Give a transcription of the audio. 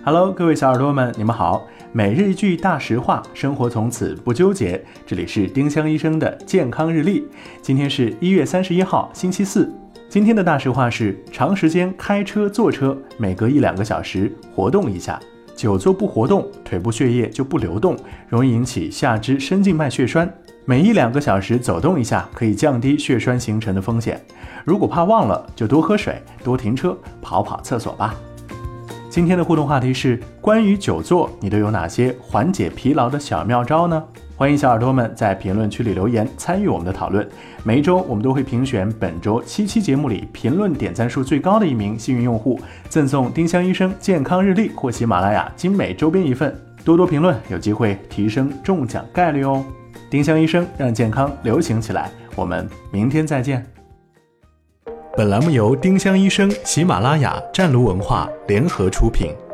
Hello， 各位小耳朵们，你们好。每日一句大实话，生活从此不纠结。这里是丁香医生的健康日历。今天是1月31号，星期四。今天的大实话是：长时间开车、坐车，每隔1-2个小时活动一下。久坐不活动，腿部血液就不流动，容易引起下肢深静脉血栓。每1-2个小时走动一下，可以降低血栓形成的风险。如果怕忘了，就多喝水，多停车，跑厕所吧。今天的互动话题是：关于久坐，你都有哪些缓解疲劳的小妙招呢？欢迎小耳朵们在评论区里留言，参与我们的讨论。每一周我们都会评选本周7期节目里评论点赞数最高的1名幸运用户，赠送丁香医生健康日历或喜马拉雅精美周边1份。多多评论，有机会提升中奖概率哦。丁香医生让健康流行起来，我们明天再见。本栏目由丁香医生、喜马拉雅、湛卢文化联合出品。